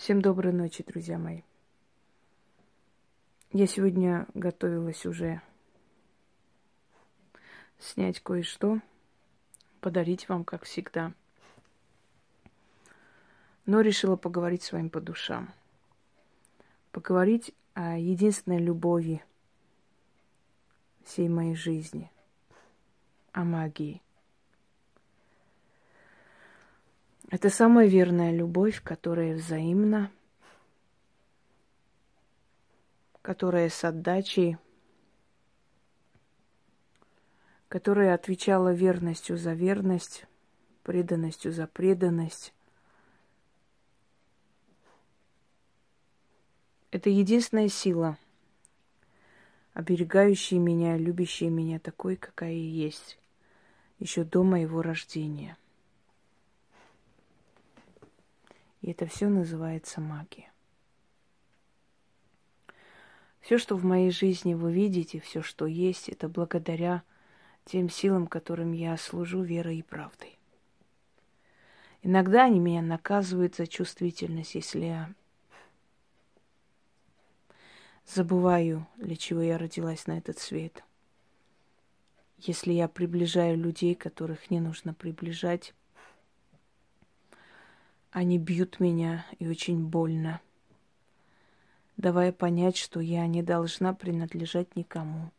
Всем доброй ночи, друзья мои. Я сегодня готовилась уже снять кое-что, подарить вам, как всегда. Но решила поговорить с вами по душам. Поговорить о единственной любови всей моей жизни, о магии. Это самая верная любовь, которая взаимна, которая с отдачей, которая отвечала верностью за верность, преданностью за преданность. Это единственная сила, оберегающая меня, любящая меня такой, какая я есть, еще до моего рождения. И это все называется магия. Все, что в моей жизни вы видите, все, что есть, это благодаря тем силам, которым я служу верой и правдой. Иногда они меня наказывают за чувствительность, если я забываю, для чего я родилась на этот свет. Если я приближаю людей, которых не нужно приближать, они бьют меня и очень больно, давая понять, что я не должна принадлежать никому,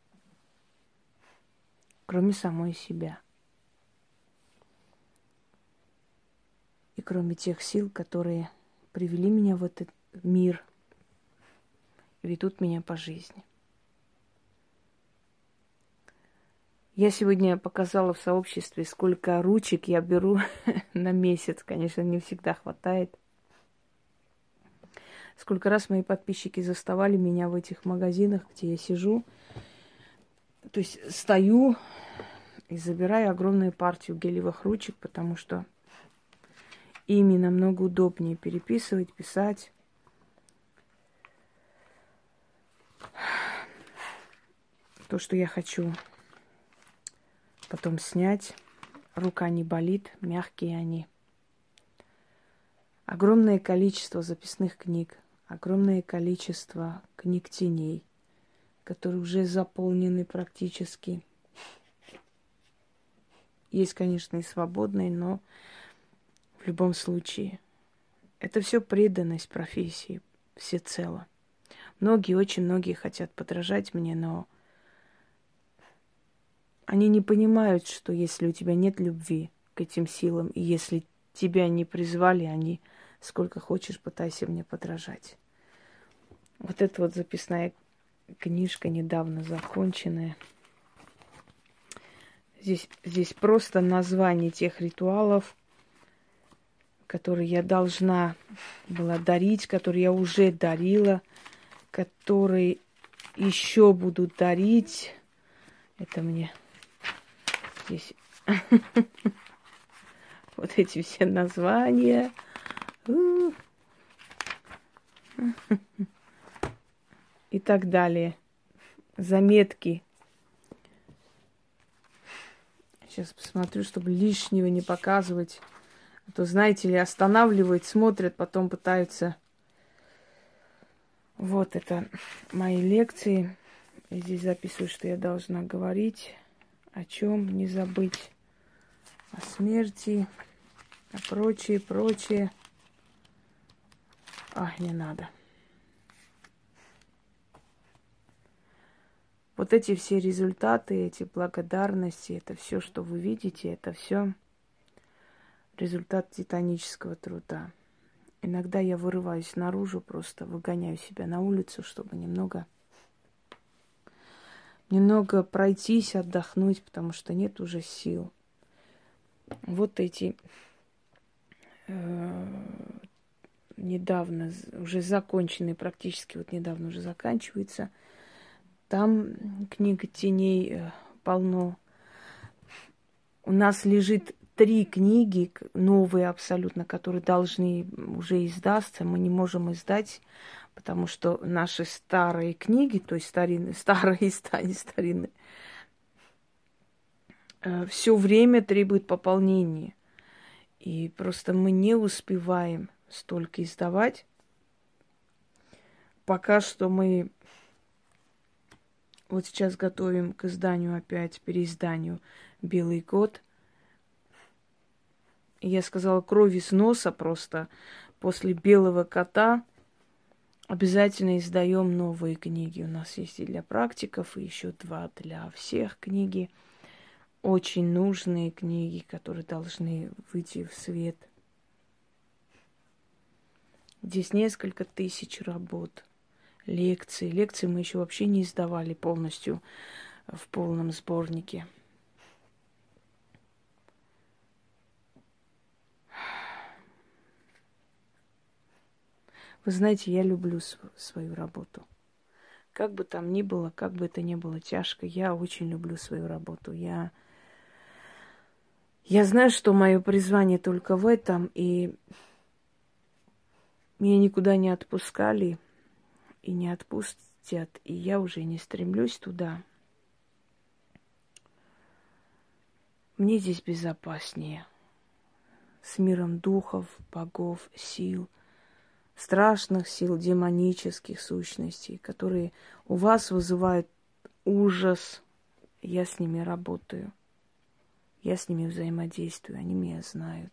кроме самой себя. И кроме тех сил, которые привели меня в этот мир и ведут меня по жизни. Я сегодня показала в сообществе, сколько ручек я беру на месяц. Конечно, не всегда хватает. Сколько раз мои подписчики заставали меня в этих магазинах, где я сижу. То есть стою и забираю огромную партию гелевых ручек, потому что ими намного удобнее переписывать, писать. То, что я хочу потом снять. Рука не болит, мягкие они. Огромное количество записных книг, огромное количество книг теней, которые уже заполнены практически. Есть, конечно, и свободные, но в любом случае это все преданность профессии всецело. Очень многие хотят подражать мне, но они не понимают, что если у тебя нет любви к этим силам, и если тебя не призвали, они сколько хочешь пытайся мне подражать. Вот эта вот записная книжка недавно законченная. Здесь просто название тех ритуалов, которые я должна была дарить, которые я уже дарила, которые еще буду дарить. Это мне здесь вот эти все названия. И так далее. Заметки. Сейчас посмотрю, чтобы лишнего не показывать. А то, знаете ли, останавливают, смотрят, потом пытаются. Вот это мои лекции. Я здесь записываю, что я должна говорить, о чем не забыть. О смерти, о прочее. Не надо. Вот эти все результаты, эти благодарности, это все, что вы видите, это все результат титанического труда. Иногда я вырываюсь наружу, просто выгоняю себя на улицу, чтобы немного пройтись, отдохнуть, потому что нет уже сил. Вот эти недавно уже законченные, практически вот недавно уже заканчивается. Там книга теней полно. У нас лежит 3 книги, новые абсолютно, которые должны уже издаться. Мы не можем издать, потому что наши старые книги, то есть старые издания старинные, все время требуют пополнения. И просто мы не успеваем столько издавать. пока что мы вот сейчас готовим к изданию опять, переизданию «Белый год». И я сказала, кровь из носа просто после «Белого кота» обязательно издаем новые книги. У нас есть и для практиков, и еще 2 для всех книги. Очень нужные книги, которые должны выйти в свет. Здесь несколько тысяч работ, лекций. Лекции мы еще вообще не издавали полностью в полном сборнике. Вы знаете, я люблю свою работу. Как бы там ни было, как бы это ни было тяжко, я очень люблю свою работу. Я знаю, что мое призвание только в этом, и меня никуда не отпускали и не отпустят, и я уже не стремлюсь туда. Мне здесь безопаснее. С миром духов, богов, сил, страшных сил, демонических сущностей, которые у вас вызывают ужас. Я с ними работаю. Я с ними взаимодействую, они меня знают.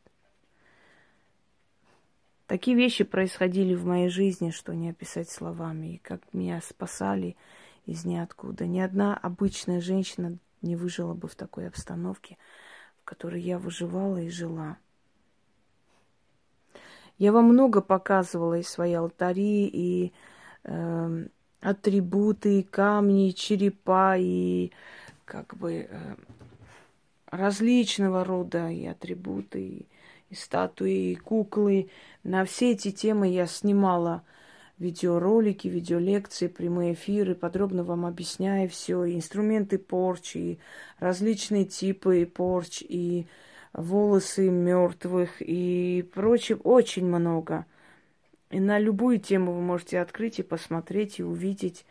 Такие вещи происходили в моей жизни, что не описать словами. И как меня спасали из ниоткуда. Ни одна обычная женщина не выжила бы в такой обстановке, в которой я выживала и жила. Я вам много показывала и свои алтари, и атрибуты, и камни, и черепа, и различного рода и атрибуты, и статуи, и куклы. На все эти темы я снимала видеоролики, видеолекции, прямые эфиры, подробно вам объясняя все, и инструменты порчи, и различные типы порч, и волосы мертвых, и прочее, очень много. И на любую тему вы можете открыть и посмотреть, и увидеть.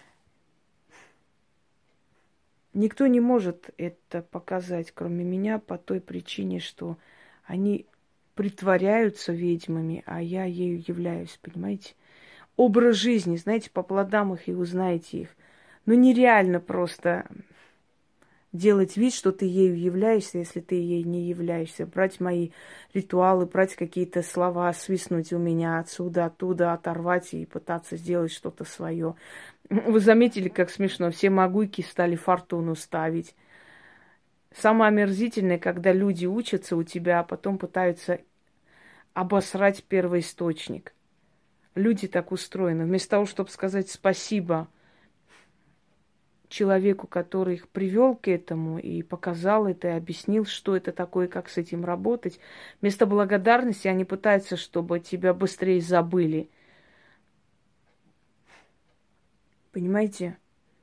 Никто не может это показать, кроме меня, по той причине, что они притворяются ведьмами, а я ею являюсь, понимаете? Образ жизни, знаете, по плодам их и узнаете их. Ну, нереально просто делать вид, что ты ею являешься, если ты ей не являешься. Брать мои ритуалы, брать какие-то слова, свистнуть у меня отсюда, оттуда, оторвать и пытаться сделать что-то свое. Вы заметили, как смешно? Все могуйки стали фортуну ставить. Самое омерзительное, когда люди учатся у тебя, а потом пытаются обосрать первоисточник. Люди так устроены. Вместо того, чтобы сказать спасибо человеку, который их привел к этому и показал это, и объяснил, что это такое, как с этим работать, вместо благодарности они пытаются, чтобы тебя быстрее забыли. Понимаете?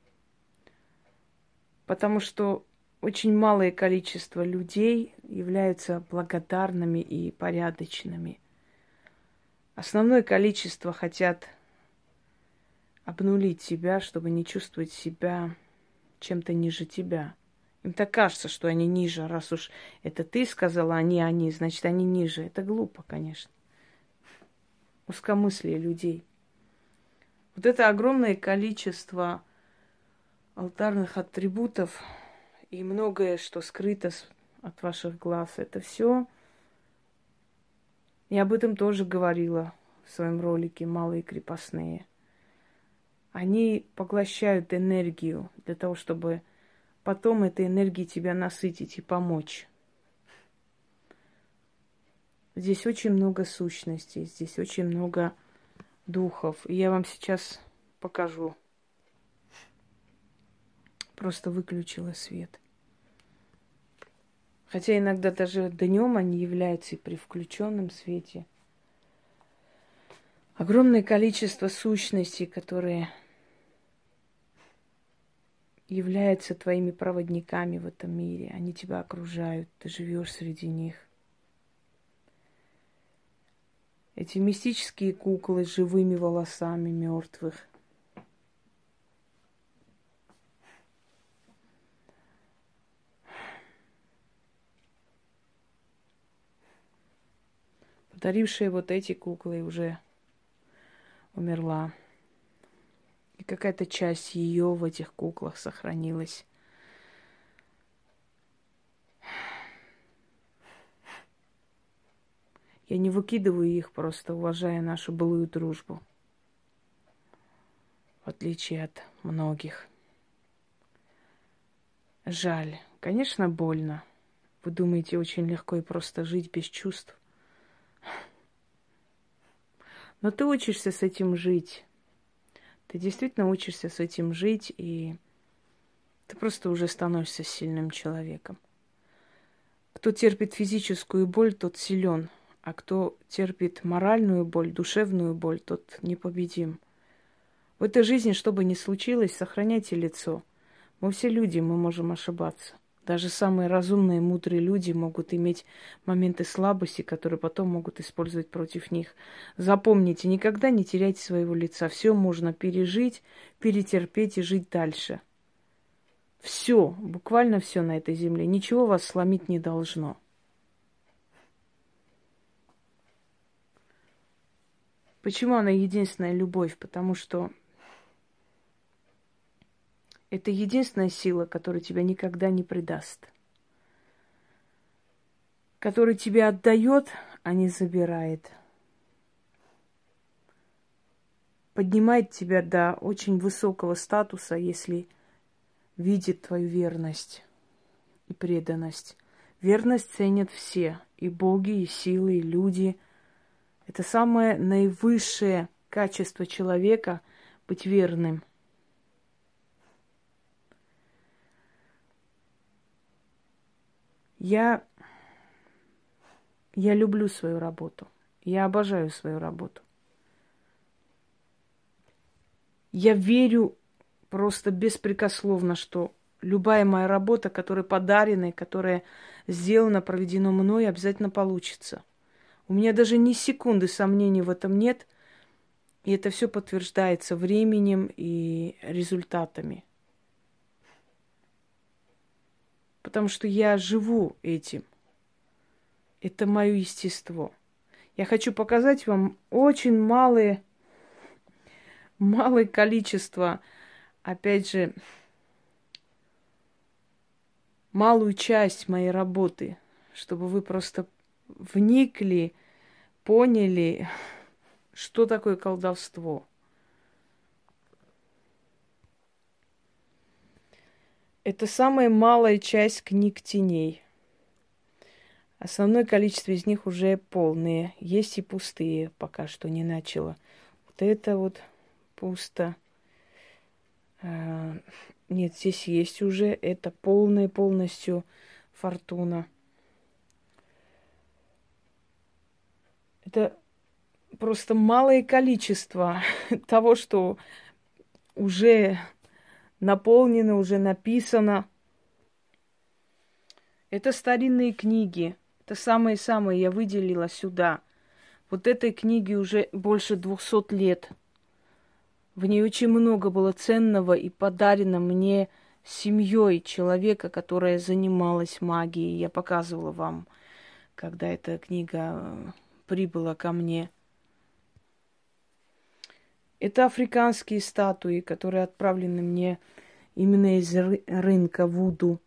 Потому что очень малое количество людей являются благодарными и порядочными. Основное количество хотят обнулить себя, чтобы не чувствовать себя чем-то ниже тебя. Им так кажется, что они ниже. Раз уж это ты сказала, они, значит, они ниже. Это глупо, конечно. Узкомыслие людей. Вот это огромное количество алтарных атрибутов и многое, что скрыто от ваших глаз, это все. Я об этом тоже говорила в своем ролике «Малые крепостные». Они поглощают энергию для того, чтобы потом этой энергией тебя насытить и помочь. Здесь очень много сущностей, здесь очень много духов. И я вам сейчас покажу. Просто выключила свет. Хотя иногда даже днем они являются и при включенном свете. Огромное количество сущностей, которые являются твоими проводниками в этом мире. Они тебя окружают, ты живешь среди них. Эти мистические куклы с живыми волосами мертвых. Подарившая вот эти куклы уже умерла. И какая-то часть ее в этих куклах сохранилась. Я не выкидываю их, просто уважая нашу былую дружбу. В отличие от многих. Жаль. Конечно, больно. Вы думаете, очень легко и просто жить без чувств. Но ты учишься с этим жить. Ты действительно учишься с этим жить, и ты просто уже становишься сильным человеком. Кто терпит физическую боль, тот силен. А кто терпит моральную боль, душевную боль, тот непобедим. В этой жизни, что бы ни случилось, сохраняйте лицо. Мы все люди, мы можем ошибаться. Даже самые разумные, мудрые люди могут иметь моменты слабости, которые потом могут использовать против них. Запомните, никогда не теряйте своего лица. Все можно пережить, перетерпеть и жить дальше. Все, буквально все на этой земле. Ничего вас сломить не должно. Почему она единственная любовь? Потому что это единственная сила, которая тебя никогда не предаст. Которая тебя отдает, а не забирает. Поднимает тебя до очень высокого статуса, если видит твою верность и преданность. Верность ценят все. И боги, и силы, и люди. Это самое наивысшее качество человека — быть верным. Я люблю свою работу. Я обожаю свою работу. Я верю просто беспрекословно, что любая моя работа, которая подарена, которая сделана, проведена мной, обязательно получится. У меня даже ни секунды сомнений в этом нет. И это все подтверждается временем и результатами. Потому что я живу этим. Это мое естество. Я хочу показать вам очень малое количество, опять же, малую часть моей работы, чтобы вы просто вникли, поняли, что такое колдовство. Это самая малая часть книг теней. Основное количество из них уже полные. Есть и пустые, пока что не начала. Вот это вот пусто. Нет, здесь есть уже. Это полная полностью фортуна. Это просто малое количество того, что уже наполнено, уже написано. Это старинные книги. Это самые-самые я выделила сюда. Вот этой книге уже больше 200 лет. В ней очень много было ценного и подарено мне семьей человека, которая занималась магией. Я показывала вам, когда эта книга прибыла ко мне. Это африканские статуи, которые отправлены мне именно из рынка Вуду.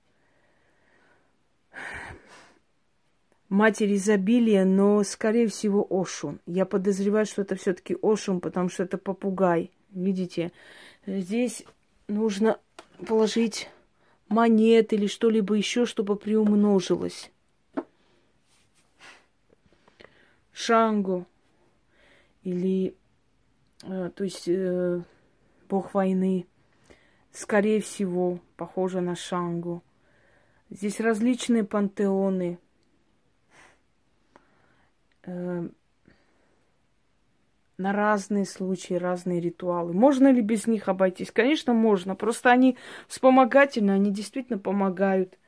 Матерь изобилия, но, скорее всего, Ошун. Я подозреваю, что это все-таки Ошун, потому что это попугай. Видите, здесь нужно положить монет или что-либо еще, чтобы приумножилось. Шангу или, то есть, бог войны, скорее всего, похоже на Шангу. Здесь различные пантеоны. На разные случаи, разные ритуалы. Можно ли без них обойтись? Конечно, можно. Просто они вспомогательны, они действительно помогают.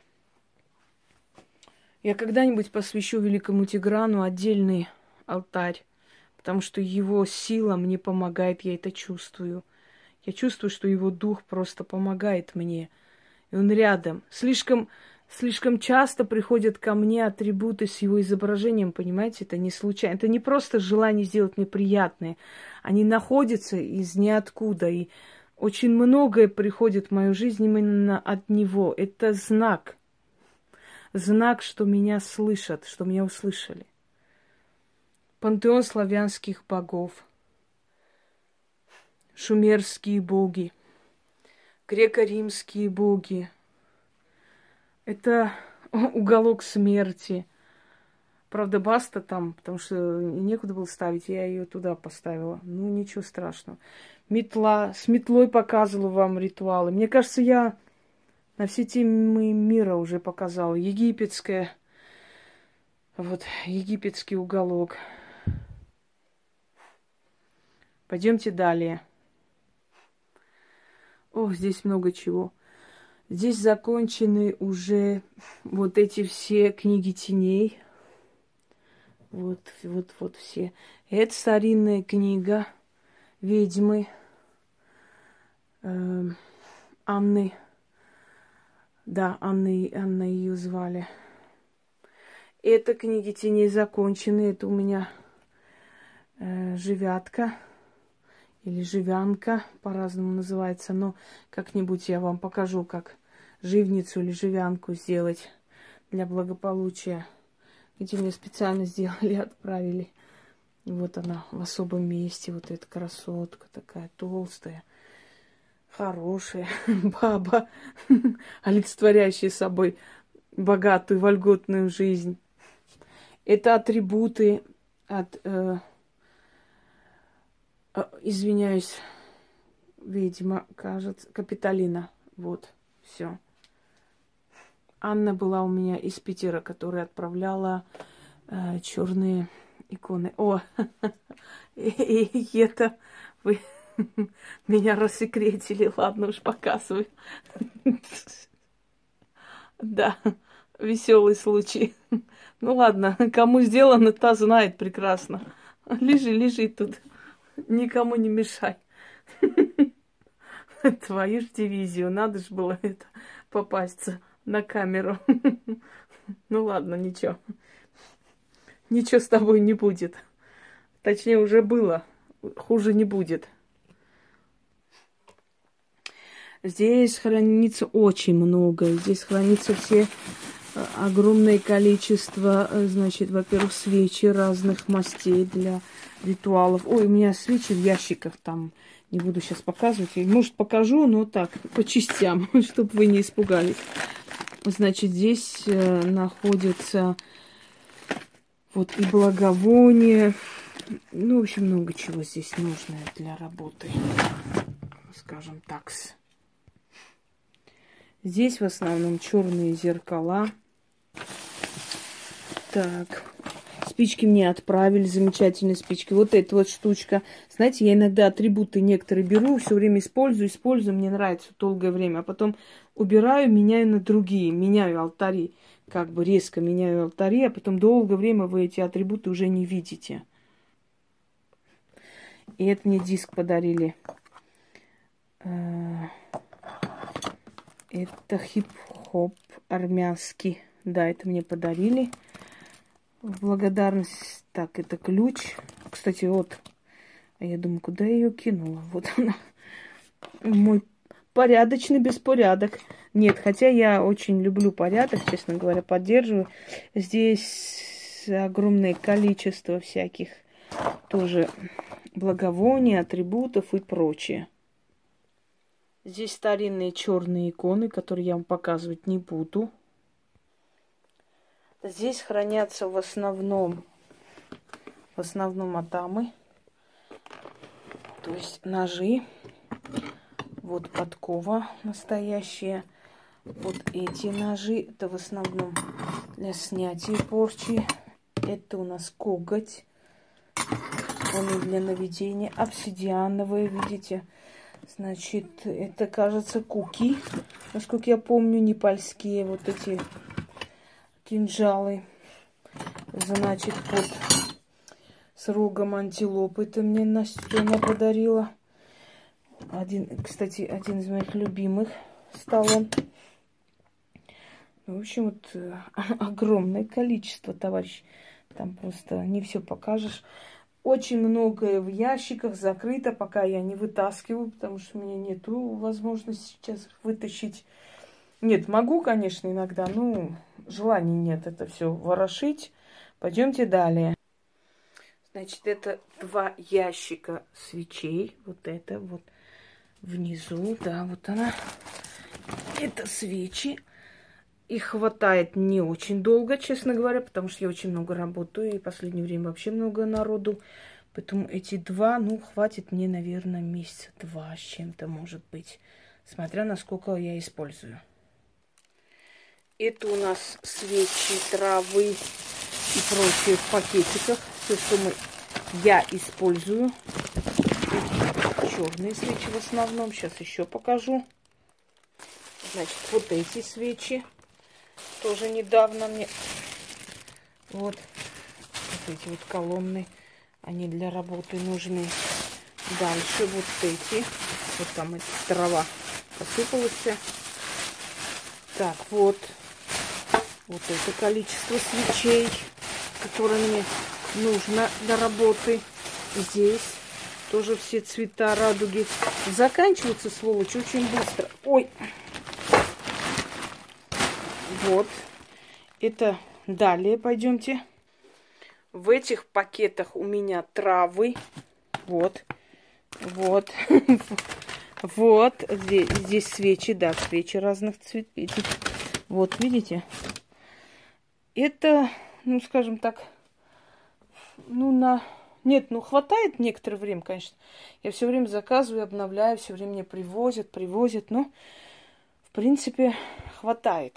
Я когда-нибудь посвящу великому Тиграну отдельный алтарь, потому что его сила мне помогает, я это чувствую. Я чувствую, что его дух просто помогает мне. И он рядом. Слишком слишком часто приходят ко мне атрибуты с его изображением, понимаете? Это не случайно. Это не просто желание сделать мне приятное. Они находятся из ниоткуда. И очень многое приходит в мою жизнь именно от него. Это знак. Знак, что меня слышат, что меня услышали. Пантеон славянских богов. Шумерские боги. Греко-римские боги. Это уголок смерти. Правда, Баста там, потому что некуда было ставить, я ее туда поставила. Ну, ничего страшного. Метла. С метлой показывала вам ритуалы. Мне кажется, я на все темы мира уже показала. Египетская. Вот, египетский уголок. Пойдемте далее. Ох, здесь много чего. Здесь закончены уже вот эти все книги теней. Вот все. Это старинная книга ведьмы Анны. Да, Анна ее звали. Это книги теней закончены. Это у меня живятка. Или живянка, по-разному называется. Но как-нибудь я вам покажу, как живницу или живянку сделать для благополучия. Где мне специально сделали, отправили. Вот она в особом месте. Вот эта красотка такая толстая, хорошая баба, олицетворяющая собой богатую, вольготную жизнь. Это атрибуты от... извиняюсь, видимо, кажется, Капитолина. Вот, все. Анна была у меня из Питера, которая отправляла черные иконы. О, и это вы меня рассекретили. Ладно уж, показывай. Да, веселый случай. Ну ладно, кому сделано, та знает прекрасно. Лежи тут. Никому не мешай. Твою ж дивизию. Надо же было это попасться на камеру. Ну ладно, ничего. Ничего с тобой не будет. Точнее, уже было. Хуже не будет. Здесь хранится очень много. Здесь хранится все огромное количество, значит, во-первых, свечи разных мастей для ритуалов. Ой, у меня свечи в ящиках там. Не буду сейчас показывать. Может, покажу, но так, по частям, чтобы вы не испугались. Значит, здесь находится вот и благовония. Ну, в общем, много чего здесь нужно для работы. Скажем так. Здесь в основном черные зеркала. Так. Спички мне отправили, замечательные спички. Вот эта вот штучка. Знаете, я иногда атрибуты некоторые беру, все время использую, мне нравится долгое время. А потом убираю, меняю на другие, меняю алтари. Как бы резко меняю алтари, а потом долгое время вы эти атрибуты уже не видите. И это мне диск подарили. Это хип-хоп армянский. Да, это мне подарили. В благодарность. Так, это ключ. Кстати, вот. А я думаю, куда я ее кинула? Вот она. Мой порядочный беспорядок. Нет, хотя я очень люблю порядок, честно говоря, поддерживаю. Здесь огромное количество всяких тоже благовоний, атрибутов и прочее. Здесь старинные черные иконы, которые я вам показывать не буду. Здесь хранятся в основном атамы, то есть ножи. Вот подкова настоящая. Вот эти ножи, это в основном для снятия порчи. Это у нас коготь, он и для наведения. Обсидиановые, видите. Значит, это, кажется, куки, насколько я помню, непальские вот эти кинжалы. Значит, вот с рогом антилопы. Это мне Настена подарила. Кстати, один из моих любимых стал он. В общем, вот огромное количество, товарищ. Там просто не все покажешь. Очень многое в ящиках закрыто, пока я не вытаскиваю, потому что у меня нету возможности сейчас их вытащить. Нет, могу, конечно, иногда, но желания нет это все ворошить. Пойдемте далее. Значит, это 2 ящика свечей. Вот это вот внизу, да, вот она. Это свечи. Их хватает не очень долго, честно говоря, потому что я очень много работаю, и в последнее время вообще много народу. Поэтому эти 2, ну, хватит мне, наверное, месяца 2 с чем-то, может быть, смотря насколько я использую. Это у нас свечи, травы и прочее в пакетиках. Все, что я использую. Черные свечи в основном. Сейчас еще покажу. Значит, вот эти свечи. Тоже недавно мне... Вот эти вот колонны. Они для работы нужны. Дальше вот эти. Вот там эта трава посыпалась вся. Так, вот. Вот это количество свечей, которое мне нужно для работы. Здесь тоже все цвета радуги. Заканчиваются, сволочь, очень быстро. Ой! Вот. Это далее пойдемте. В этих пакетах у меня травы. Вот. Вот. Вот. Здесь свечи, да, свечи разных цветов. Вот, видите? Это, ну, скажем так, ну, Нет, ну, хватает некоторое время, конечно. Я все время заказываю, обновляю, все время мне привозят, но, в принципе, хватает.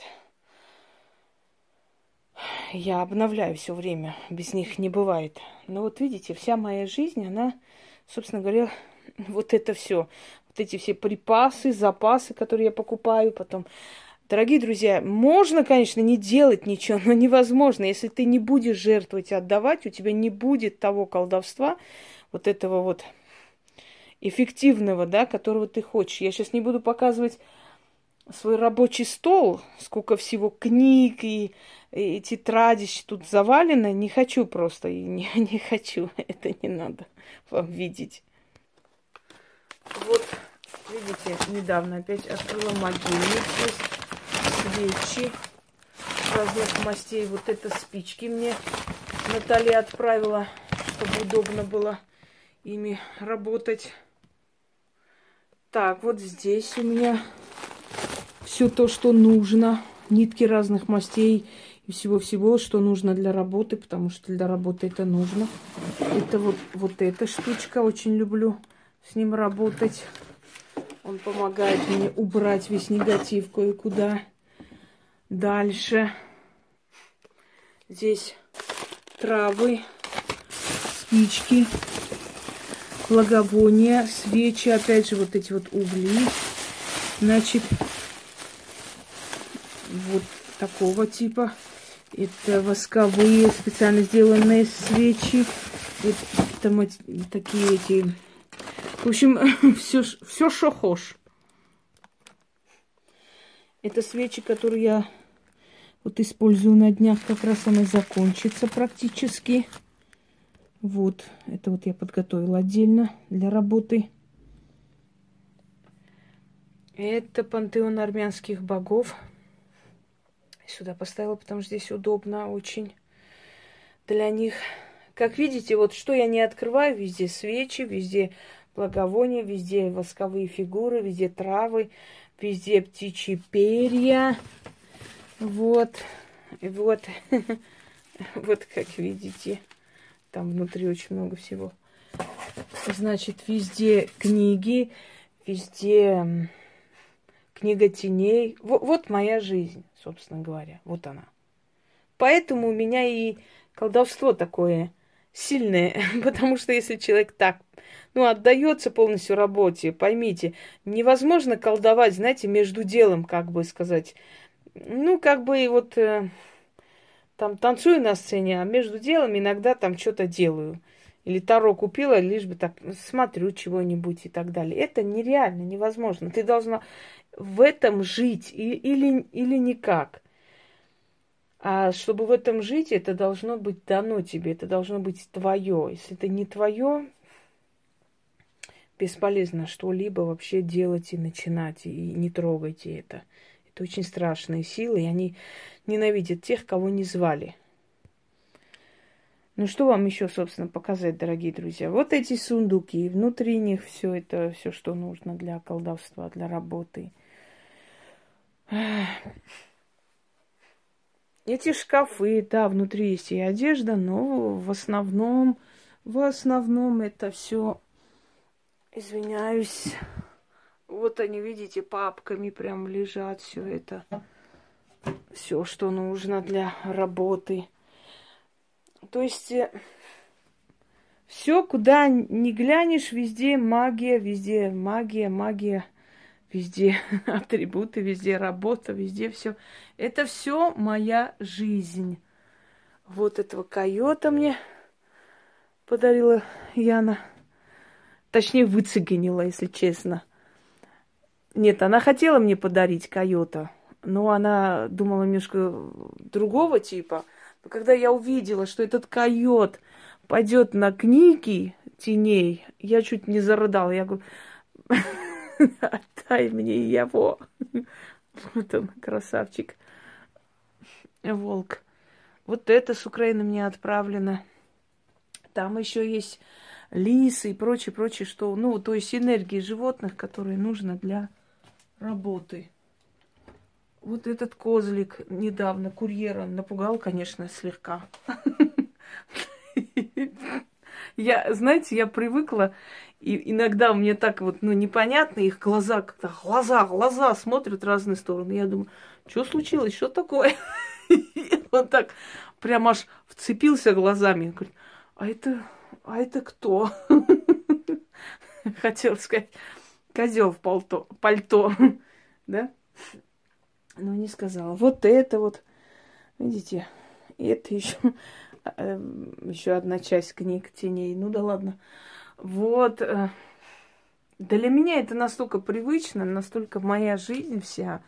Я обновляю все время, без них не бывает. Но вот видите, вся моя жизнь, она, собственно говоря, вот это все. Вот эти все припасы, запасы, которые я покупаю потом. Дорогие друзья, можно, конечно, не делать ничего, но невозможно. Если ты не будешь жертвовать и отдавать, у тебя не будет того колдовства, вот этого вот эффективного, да, которого ты хочешь. Я сейчас не буду показывать свой рабочий стол, сколько всего книг и тетради тут завалено. Не хочу просто, не хочу. Это не надо вам видеть. Вот, видите, недавно опять открыла могильник. Свечи разных мастей. Вот это спички мне Наталья отправила, чтобы удобно было ими работать. Так, вот здесь у меня все то, что нужно. Нитки разных мастей и всего-всего, что нужно для работы, потому что для работы это нужно. Это вот эта штучка, очень люблю с ним работать. Он помогает мне убрать весь негатив кое-куда. Дальше. Здесь травы, спички, благовония, свечи. Опять же, вот эти вот угли. Значит, вот такого типа. Это восковые, специально сделанные свечи. Это такие эти... В общем, все, что хочешь. Это свечи, которые я вот использую на днях. Как раз она закончится практически. Вот. Это вот я подготовила отдельно для работы. Это пантеон армянских богов. Сюда поставила, потому что здесь удобно очень для них. Как видите, вот что я не открываю, везде свечи, везде благовония, везде восковые фигуры, везде травы, везде птичьи перья. Вот. И вот. Вот как видите. Там внутри очень много всего. Значит, везде книги, везде книга теней. Вот моя жизнь, собственно говоря. Вот она. Поэтому у меня и колдовство такое сильное. Потому что если человек так, отдается полностью работе, поймите, невозможно колдовать, знаете, между делом, как бы сказать. Там танцую на сцене, а между делом иногда там что-то делаю. Или таро купила, лишь бы так смотрю чего-нибудь и так далее. Это нереально, невозможно. Ты должна в этом жить или никак. А чтобы в этом жить, это должно быть дано тебе, это должно быть твое. Если это не твое, бесполезно что-либо вообще делать и начинать, и не трогайте это. Это очень страшные силы, и они ненавидят тех, кого не звали. Ну что вам еще, собственно, показать, дорогие друзья? Вот эти сундуки, внутри них все это, все, что нужно для колдовства, для работы. Эти шкафы, да, внутри есть и одежда, но в основном это все, извиняюсь, вот они, видите, папками прям лежат, все это, все, что нужно для работы. То есть все, куда ни глянешь, везде магия, везде атрибуты, везде работа, везде все. Это все моя жизнь. Вот этого койота мне подарила Яна. Точнее, выцегонила, если честно. Нет, она хотела мне подарить койота, но она думала немножко другого типа. Но когда я увидела, что этот койот пойдет на книги теней, я чуть не зарыдала. Я говорю, отдай мне его. Вот он, красавчик. Волк. Вот это с Украины мне отправлено. Там еще есть лисы и прочее, что, ну, то есть энергии животных, которые нужно для работы. Вот этот козлик недавно курьера напугал, конечно, слегка. Знаете, я привыкла, и иногда мне так вот, ну, непонятно, их глаза как-то, глаза смотрят в разные стороны. Я думаю, что случилось, что такое? Он так прям аж вцепился глазами. Говорит, а это кто? Хотел сказать, козел в пальто, да? Но не сказала. Вот это вот, видите, это еще одна часть книг теней. Ну да ладно. Вот. Для меня это настолько привычно, настолько моя жизнь вся,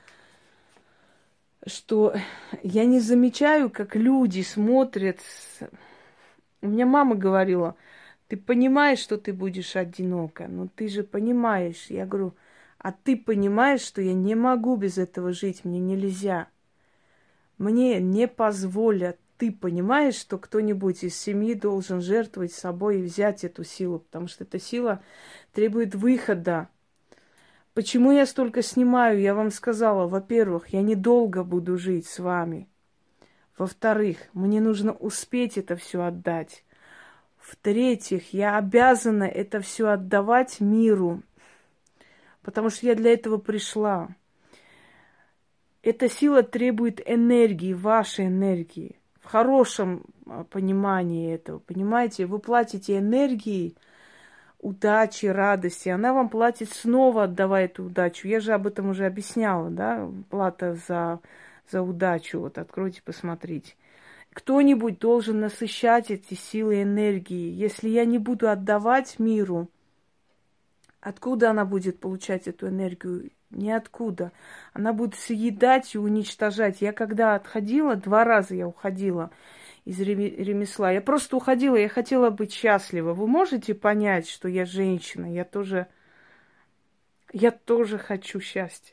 что я не замечаю, как люди смотрят. У меня мама говорила, ты понимаешь, что ты будешь одинока, но ты же понимаешь. Я говорю, а ты понимаешь, что я не могу без этого жить, мне нельзя. Мне не позволят. Ты понимаешь, что кто-нибудь из семьи должен жертвовать собой и взять эту силу, потому что эта сила требует выхода. Почему я столько снимаю? Я вам сказала, во-первых, я недолго буду жить с вами. Во-вторых, мне нужно успеть это все отдать. В-третьих, я обязана это все отдавать миру, потому что я для этого пришла. Эта сила требует энергии, вашей энергии. В хорошем понимании этого, понимаете? Вы платите энергией, удачи, радости. Она вам платит снова, отдавая эту удачу. Я же об этом уже объясняла, да? Плата за удачу. Вот откройте, посмотрите. Кто-нибудь должен насыщать эти силы энергии. Если я не буду отдавать миру, откуда она будет получать эту энергию? Ниоткуда. Она будет съедать и уничтожать. Я когда отходила, 2 раза я уходила из ремесла. Я просто уходила, я хотела быть счастлива. Вы можете понять, что я женщина? Я тоже хочу счастья.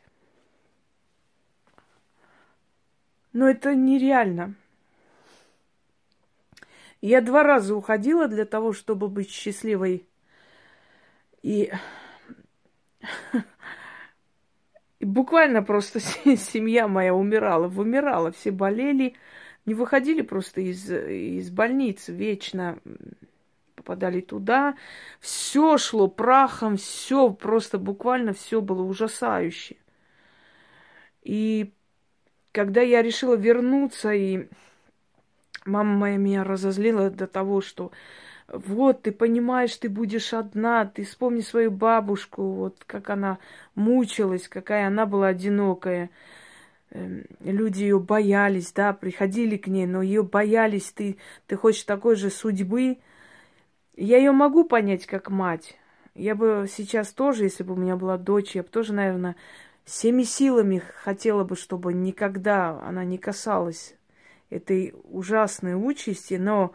Но это нереально. Я 2 раза уходила для того, чтобы быть счастливой. И буквально просто семья моя вымирала, все болели, не выходили просто из больницы вечно, попадали туда, все шло прахом, все просто буквально все было ужасающе. И когда я решила вернуться, и мама моя меня разозлила до того, что вот, ты понимаешь, ты будешь одна, ты вспомни свою бабушку, вот как она мучилась, какая она была одинокая. Люди ее боялись, да, приходили к ней, но ее боялись, ты хочешь такой же судьбы. Я ее могу понять как мать. Я бы сейчас тоже, если бы у меня была дочь, я бы тоже, наверное, всеми силами хотела бы, чтобы никогда она не касалась этой ужасной участи, но...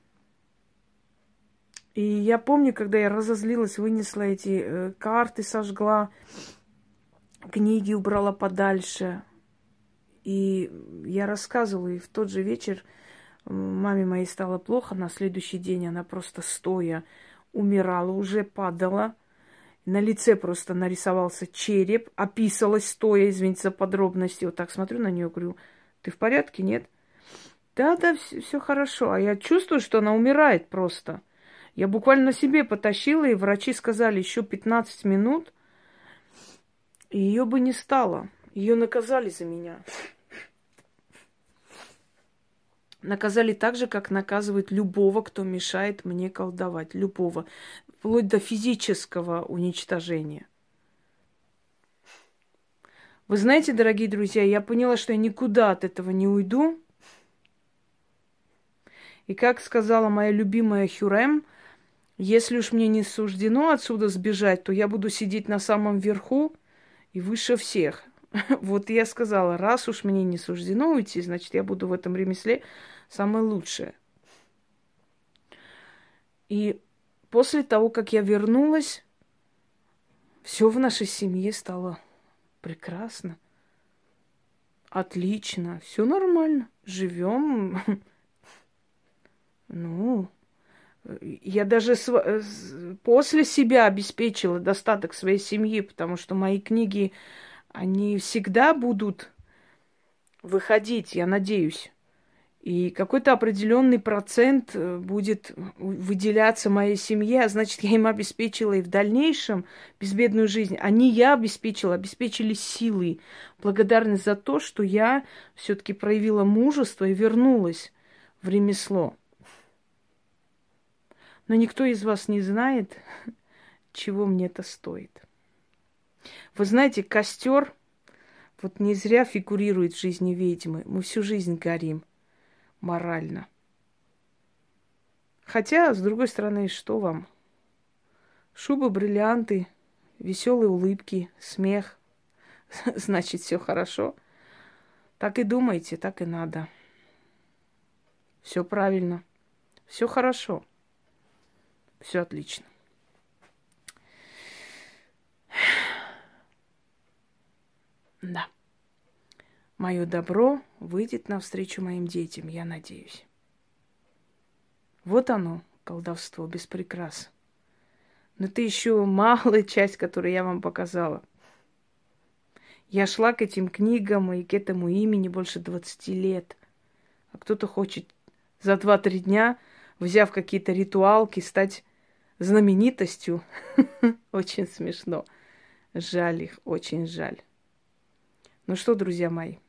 И я помню, когда я разозлилась, вынесла эти карты, сожгла, книги убрала подальше. И я рассказывала, и в тот же вечер маме моей стало плохо. На следующий день она просто стоя умирала, уже падала. На лице просто нарисовался череп, описалась стоя, извините за подробности. Вот так смотрю на нее, говорю, ты в порядке, нет? Да, все хорошо. А я чувствую, что она умирает просто. Я буквально на себе потащила, и врачи сказали, еще 15 минут, и ее бы не стало. Ее наказали за меня. Наказали так же, как наказывают любого, кто мешает мне колдовать. Любого. Вплоть до физического уничтожения. Вы знаете, дорогие друзья, я поняла, что я никуда от этого не уйду. И как сказала моя любимая Хюррем, если уж мне не суждено отсюда сбежать, то я буду сидеть на самом верху и выше всех. Вот я сказала, раз уж мне не суждено уйти, значит, я буду в этом ремесле самое лучшее. И после того, как я вернулась, все в нашей семье стало прекрасно, отлично, все нормально, живем. Ну, я даже после себя обеспечила достаток своей семьи, потому что мои книги, они всегда будут выходить, я надеюсь. И какой-то определенный процент будет выделяться моей семье, а значит, я им обеспечила и в дальнейшем безбедную жизнь. А не я обеспечила, обеспечили силой. Благодарность за то, что я все-таки проявила мужество и вернулась в ремесло. Но никто из вас не знает, чего мне это стоит. Вы знаете, костер вот не зря фигурирует в жизни ведьмы. Мы всю жизнь горим морально. Хотя, с другой стороны, что вам? Шубы, бриллианты, веселые улыбки, смех. Значит, все хорошо. Так и думайте, так и надо. Все правильно. Все хорошо. Все отлично. Да. Мое добро выйдет навстречу моим детям, я надеюсь. Вот оно, колдовство без прикрас. Но это еще малая часть, которую я вам показала. Я шла к этим книгам и к этому имени больше 20 лет. А кто-то хочет за 2-3 дня, взяв какие-то ритуалки, стать знаменитостью. Очень смешно. Жаль их, очень жаль. Ну что, друзья мои,